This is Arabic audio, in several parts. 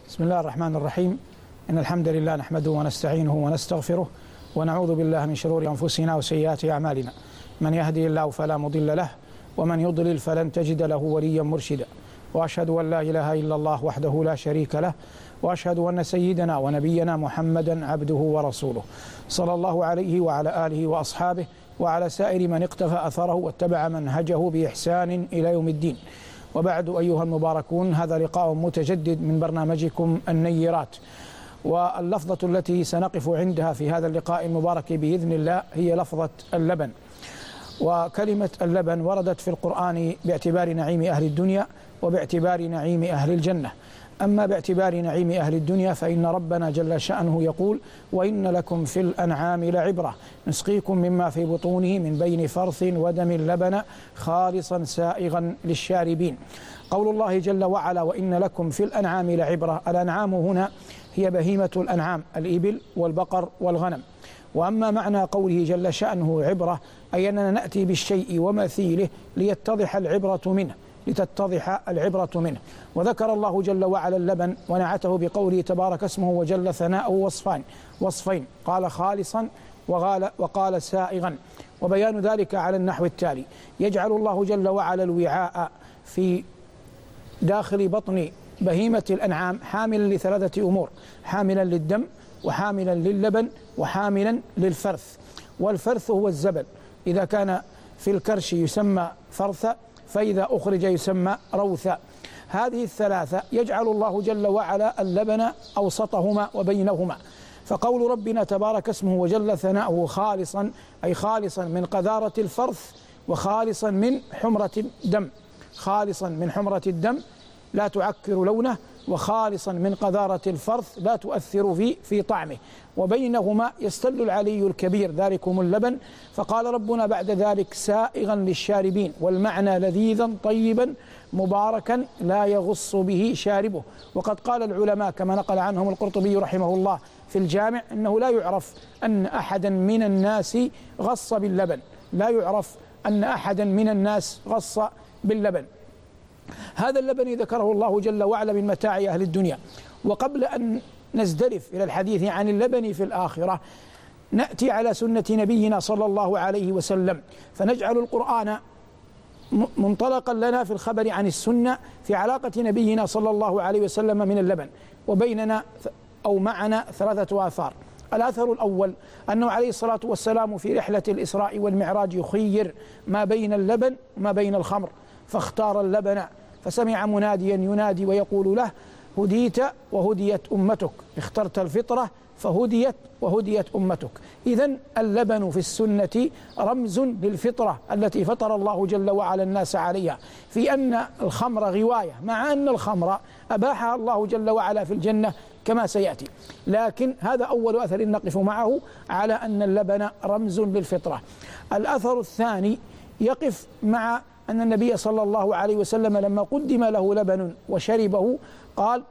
بسم الله الرحمن الرحيم. إن الحمد لله نحمده ونستعينه ونستغفره ونعوذ بالله من شرور أنفسنا وسيئات أعمالنا. من يهدي الله فلا مضل له ومن يضلل فلن تجد له وليا مرشدا. وأشهد أن لا إله إلا الله وحده لا شريك له، وأشهد أن سيدنا ونبينا محمدا عبده ورسوله، صلى الله عليه وعلى آله وأصحابه وعلى سائر من اقتفى أثره واتبع منهجه بإحسان إلى يوم الدين. وبعد أيها المباركون، هذا لقاء متجدد من برنامجكم النيرات، واللفظة التي سنقف عندها في هذا اللقاء المبارك بإذن الله هي لفظة اللبن. وكلمة اللبن وردت في القرآن باعتبار نعيم أهل الدنيا وباعتبار نعيم أهل الجنة. أما باعتبار نعيم أهل الدنيا فإن ربنا جل شأنه يقول: وإن لكم في الأنعام لعبرة نسقيكم مما في بطونه من بين فرث ودم لبنا خالصا سائغا للشاربين. قول الله جل وعلا: وإن لكم في الأنعام لعبرة، الأنعام هنا هي بهيمة الأنعام، الإبل والبقر والغنم. وأما معنى قوله جل شأنه عبرة، أي أننا نأتي بالشيء ومثيله ليتضح العبرة منه، لتتضح العبرة منه. وذكر الله جل وعلا اللبن ونعته بقوله تبارك اسمه وجل ثناؤه وصفين، قال خالصا وقال سائغا. وبيان ذلك على النحو التالي: يجعل الله جل وعلا الوعاء في داخل بطن بهيمة الأنعام حاملا لثلاثة أمور: حاملا للدم، وحاملا للبن، وحاملا للفرث. والفرث هو الزبل، إذا كان في الكرش يسمى فرثا، فإذا أخرج يسمى روثا. هذه الثلاثة يجعل الله جل وعلا اللبن أوسطهما وبينهما. فقول ربنا تبارك اسمه وجل ثناؤه خالصا، أي خالصا من قذارة الفرث وخالصا من حمرة الدم، خالصا من حمرة الدم لا تعكر لونه، وخالصا من قذارة الفرث لا تؤثر في طعمه، وبينهما يستل العلي الكبير ذلكم اللبن. فقال ربنا بعد ذلك: سائغا للشاربين، والمعنى لذيذا طيبا مباركا لا يغص به شاربه. وقد قال العلماء كما نقل عنهم القرطبي رحمه الله في الجامع أنه لا يعرف أن أحدا من الناس غص باللبن، لا يعرف أن أحدا من الناس غص باللبن. هذا اللبن ذكره الله جل وعلا من متاع أهل الدنيا. وقبل أن نزدلف إلى الحديث عن اللبن في الآخرة، نأتي على سنة نبينا صلى الله عليه وسلم، فنجعل القرآن منطلقا لنا في الخبر عن السنة في علاقة نبينا صلى الله عليه وسلم من اللبن. وبيننا أو معنا ثلاثة آثار. الأثر الأول أنه عليه الصلاة والسلام في رحلة الإسراء والمعراج يخير ما بين اللبن وما بين الخمر، فاختار اللبن، فسمع مناديا ينادي ويقول له: هديت وهديت أمتك، اخترت الفطرة فهديت وهديت أمتك. إذن اللبن في السنة رمز للفطرة التي فطر الله جل وعلا الناس عليها، في أن الخمر غواية، مع أن الخمر أباحها الله جل وعلا في الجنة كما سيأتي. لكن هذا أول أثر نقف معه على أن اللبن رمز للفطرة. الأثر الثاني يقف مع أن النبي صلى الله عليه وسلم لما قدم له لبن وشربه قال: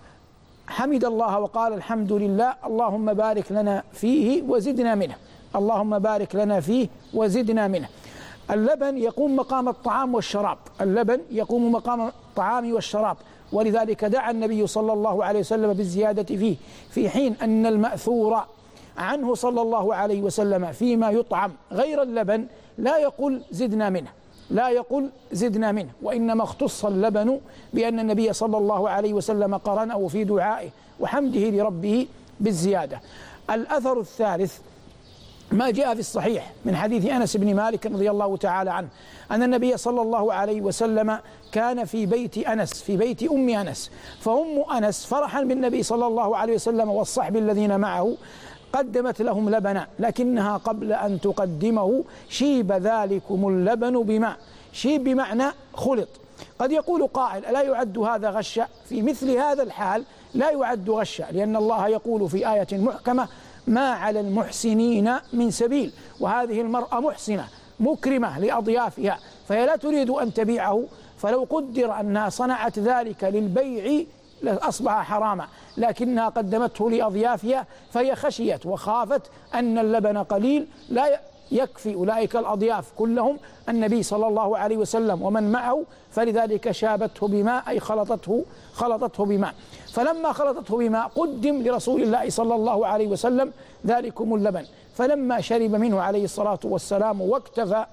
حمد الله وقال: الحمد لله، اللهم بارك لنا فيه وزدنا منه، اللهم بارك لنا فيه وزدنا منه. اللبن يقوم مقام الطعام والشراب، اللبن يقوم مقام الطعام والشراب، ولذلك دعا النبي صلى الله عليه وسلم بالزيادة فيه، في حين أن المأثور عنه صلى الله عليه وسلم فيما يطعم غير اللبن لا يقول زدنا منه، لا يقول زدنا منه، وإنما اختص اللبن بأن النبي صلى الله عليه وسلم قرنه في دعائه وحمده لربه بالزيادة. الأثر الثالث ما جاء في الصحيح من حديث أنس بن مالك رضي الله تعالى عنه أن النبي صلى الله عليه وسلم كان في بيت أنس، في بيت أم أنس، فأم أنس فرحا بالنبي صلى الله عليه وسلم والصحب الذين معه قدمت لهم لبنا، لكنها قبل أن تقدمه شيب ذلكم اللبن بماء. شيب بمعنى خلط. قد يقول قائل: ألا يعد هذا غشا؟ في مثل هذا الحال لا يعد غشا، لأن الله يقول في آية محكمة: ما على المحسنين من سبيل. وهذه المرأة محسنة مكرمة لأضيافها، فهي لا تريد أن تبيعه، فلو قدر أنها صنعت ذلك للبيع أصبح حراما، لكنها قدمته لأضيافها، فهي خشيت وخافت أن اللبن قليل لا يكفي أولئك الأضياف كلهم النبي صلى الله عليه وسلم ومن معه، فلذلك شابته بماء أي خلطته بماء. فلما خلطته بماء قدم لرسول الله صلى الله عليه وسلم ذلكم اللبن، فلما شرب منه عليه الصلاة والسلام واكتفى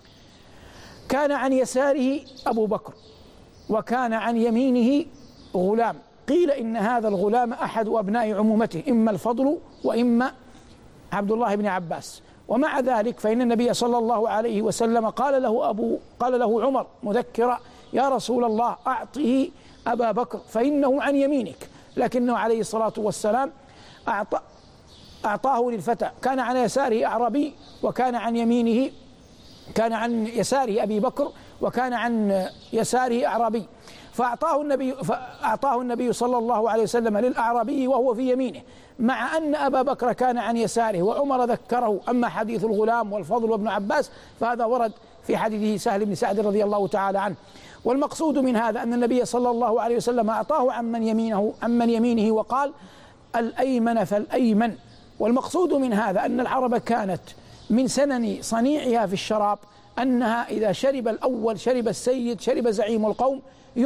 كان عن يساره أبو بكر وكان عن يمينه غلام، قيل إن هذا الغلام أحد أبناء عمومته، إما الفضل وإما عبد الله بن عباس. ومع ذلك فإن النبي صلى الله عليه وسلم قال له عمر مذكرا: يا رسول الله أعطه أبا بكر فإنه عن يمينك، لكنه عليه الصلاة والسلام أعطاه للفتى، كان عن يساره أعرابي وكان عن يمينه، كان عن يساره أبي بكر وكان عن يساره أعرابي، فأعطاه النبي صلى الله عليه وسلم للأعرابي وهو في يمينه، مع أن أبا بكر كان عن يساره وعمر ذكره. أما حديث الغلام والفضل وابن عباس فهذا ورد في حديث سهل بن سعد رضي الله تعالى عنه. والمقصود من هذا أن النبي صلى الله عليه وسلم أعطاه عمن يمينه وقال: الأيمن فالأيمن. والمقصود من هذا أن العرب كانت من سنن صنيعها في الشراب أنها إذا شرب الأول شرب السيد، شرب زعيم القوم،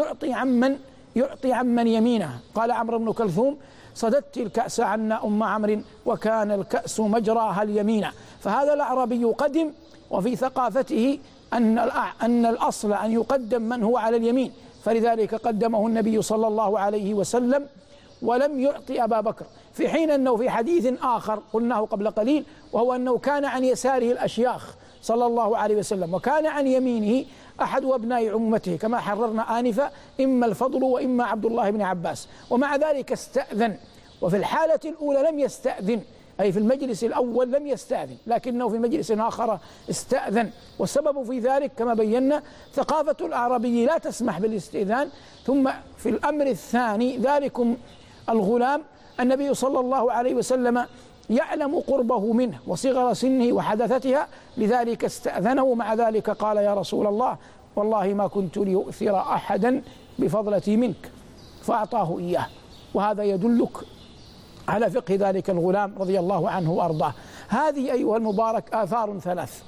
يعطي عمن يمينه. قال عمرو بن كلثوم: صددت الكأس عنا أم عمرو وكان الكأس مجراها اليمين. فهذا الأعرابي قدم وفي ثقافته أن الأصل أن يقدم من هو على اليمين، فلذلك قدمه النبي صلى الله عليه وسلم ولم يعطي أبا بكر، في حين أنه في حديث آخر قلناه قبل قليل وهو أنه كان عن يساره الأشياخ صلى الله عليه وسلم وكان عن يمينه أحد أبناء عمومته كما حررنا آنفا، إما الفضل وإما عبد الله بن عباس. ومع ذلك استأذن، وفي الحالة الأولى لم يستأذن، أي في المجلس الأول لم يستأذن، لكنه في مجلس آخر استأذن. والسبب في ذلك كما بينا ثقافة الأعرابي لا تسمح بالاستئذان. ثم في الأمر الثاني ذلكم الغلام النبي صلى الله عليه وسلم يعلم قربه منه وصغر سنه وحدثتها، لذلك استأذنه. ومع ذلك قال: يا رسول الله والله ما كنت ليؤثر أحدا بفضلتي منك، فأعطاه إياه. وهذا يدلك على فقه ذلك الغلام رضي الله عنه وأرضاه. هذه أيها المبارك آثار ثلاث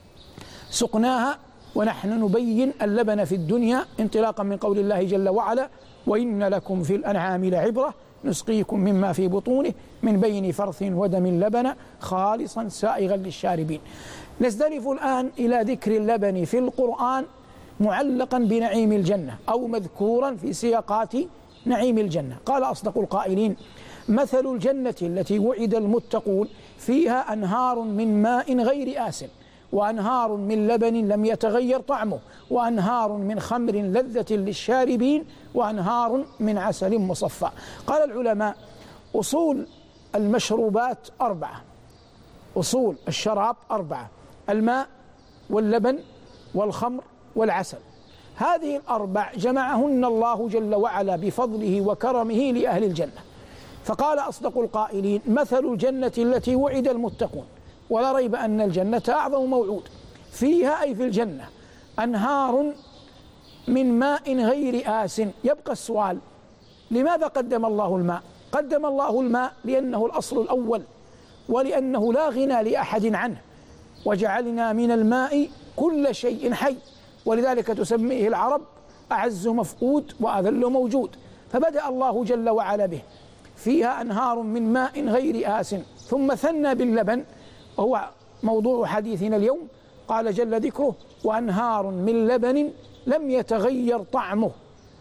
سقناها ونحن نبين اللبن في الدنيا انطلاقا من قول الله جل وعلا: وإن لكم في الأنعام لعبرة نسقيكم مما في بطونه من بين فرث ودم لبنا خالصا سائغا للشاربين. نزدلف الآن إلى ذكر اللبن في القرآن معلقا بنعيم الجنة أو مذكورا في سياقات نعيم الجنة. قال أصدق القائلين: مثل الجنة التي وعد المتقون فيها أنهار من ماء غير آسن وأنهار من لبن لم يتغير طعمه وأنهار من خمر لذة للشاربين وأنهار من عسل مصفى. قال العلماء: أصول المشروبات أربعة، أصول الشراب أربعة: الماء واللبن والخمر والعسل. هذه الأربع جمعهن الله جل وعلا بفضله وكرمه لأهل الجنة. فقال أصدق القائلين: مثل الجنة التي وعد المتقون. ولا ريب أن الجنة أعظم موعود، فيها أي في الجنة أنهار من ماء غير آس. يبقى السؤال: لماذا قدم الله الماء؟ قدم الله الماء لأنه الأصل الأول ولأنه لا غنى لأحد عنه، وجعلنا من الماء كل شيء حي، ولذلك تسميه العرب أعز مفقود وأذل موجود. فبدأ الله جل وعلا به: فيها أنهار من ماء غير آس. ثم ثنى باللبن وهو موضوع حديثنا اليوم، قال جل ذكره: وأنهار من لبن لم يتغير طعمه.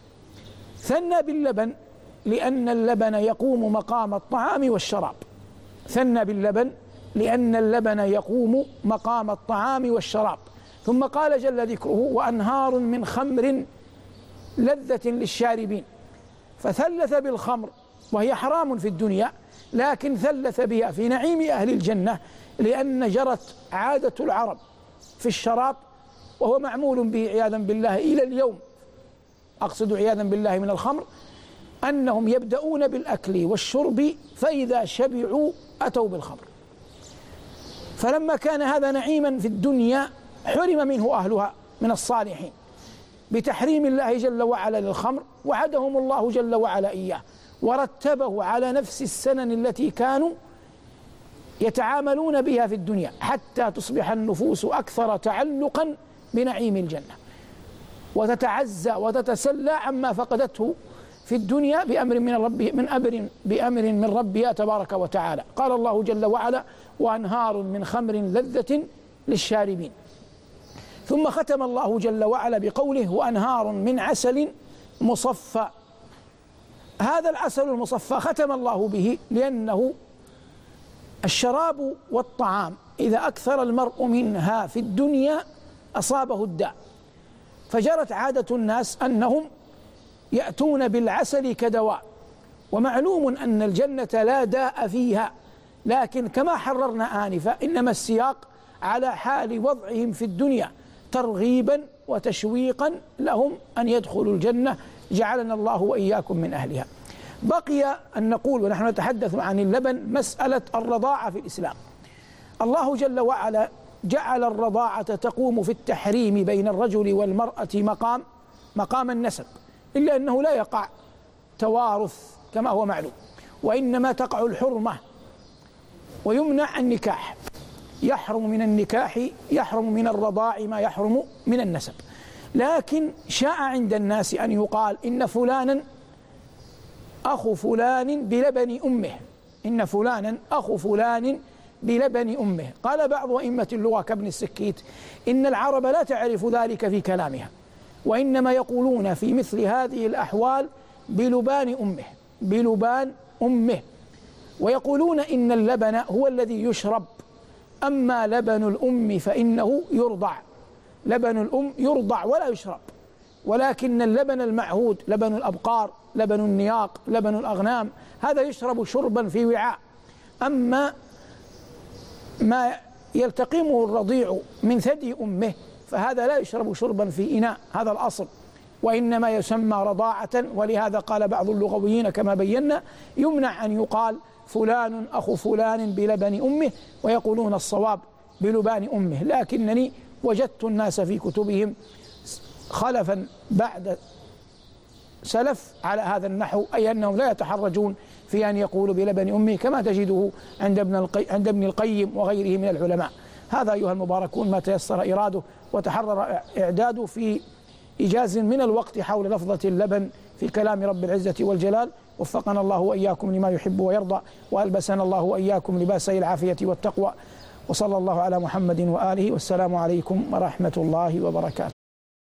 ثنى باللبن لأن اللبن يقوم مقام الطعام والشراب، ثنى باللبن لأن اللبن يقوم مقام الطعام والشراب. ثم قال جل ذكره: وأنهار من خمر لذة للشاربين. فثلث بالخمر وهي حرام في الدنيا، لكن ثلث بها في نعيم أهل الجنة، لأن جرت عادة العرب في الشراب وهو معمول به عياذا بالله إلى اليوم، أقصد عياذا بالله من الخمر، أنهم يبدأون بالأكل والشرب فإذا شبعوا أتوا بالخمر. فلما كان هذا نعيما في الدنيا حرم منه أهلها من الصالحين بتحريم الله جل وعلا للخمر، وعدهم الله جل وعلا إياه ورتبه على نفس السنن التي كانوا يتعاملون بها في الدنيا حتى تصبح النفوس أكثر تعلقا بنعيم الجنة، وتتعزى وتتسلى عما فقدته في الدنيا بأمر من ربها تبارك وتعالى. قال الله جل وعلا: وأنهار من خمر لذة للشاربين. ثم ختم الله جل وعلا بقوله: وأنهار من عسل مصفى. هذا العسل المصفى ختم الله به لأنه الشراب والطعام إذا أكثر المرء منها في الدنيا أصابه الداء، فجرت عادة الناس أنهم يأتون بالعسل كدواء، ومعلوم أن الجنة لا داء فيها، لكن كما حررنا آنفا إنما السياق على حال وضعهم في الدنيا ترغيبا وتشويقا لهم أن يدخلوا الجنة، جعلنا الله وإياكم من أهلها. بقي أن نقول ونحن نتحدث عن اللبن مسألة الرضاعة في الإسلام. الله جل وعلا جعل الرضاعة تقوم في التحريم بين الرجل والمرأة مقام النسب، إلا أنه لا يقع توارث كما هو معلوم، وإنما تقع الحرمة ويمنع النكاح. يحرم من النكاح، يحرم من الرضاع ما يحرم من النسب. لكن شاء عند الناس أن يقال إن فلانا أخو فلان بلبن أمه، إن فلانا أخو فلان بلبن أمه. قال بعض أئمة اللغة كابن السكيت إن العرب لا تعرف ذلك في كلامها، وإنما يقولون في مثل هذه الأحوال بلبان أمه، بلبان أمه، ويقولون إن اللبن هو الذي يشرب، أما لبن الأم فإنه يرضع. لبن الأم يرضع ولا يشرب، ولكن اللبن المعهود لبن الأبقار، لبن النياق، لبن الأغنام، هذا يشرب شربا في وعاء. أما ما يلتقمه الرضيع من ثدي أمه فهذا لا يشرب شربا في إناء، هذا الأصل، وإنما يسمى رضاعة. ولهذا قال بعض اللغويين كما بينا يمنع أن يقال فلان أخو فلان بلبن أمه، ويقولون الصواب بلبان أمه. لكنني وجدت الناس في كتبهم خلفا بعد سلف على هذا النحو، أي أنهم لا يتحرجون في أن يقولوا بلبن أمه، كما تجده عند ابن القيم وغيره من العلماء. هذا أيها المباركون ما تيسر إراده وتحرر إعداده في إيجاز من الوقت حول لفظة اللبن في كلام رب العزة والجلال. وفقنا الله وإياكم لما يحب ويرضى، وألبسنا الله وإياكم لباسي العافية والتقوى، وصلى الله على محمد وآله، والسلام عليكم ورحمة الله وبركاته.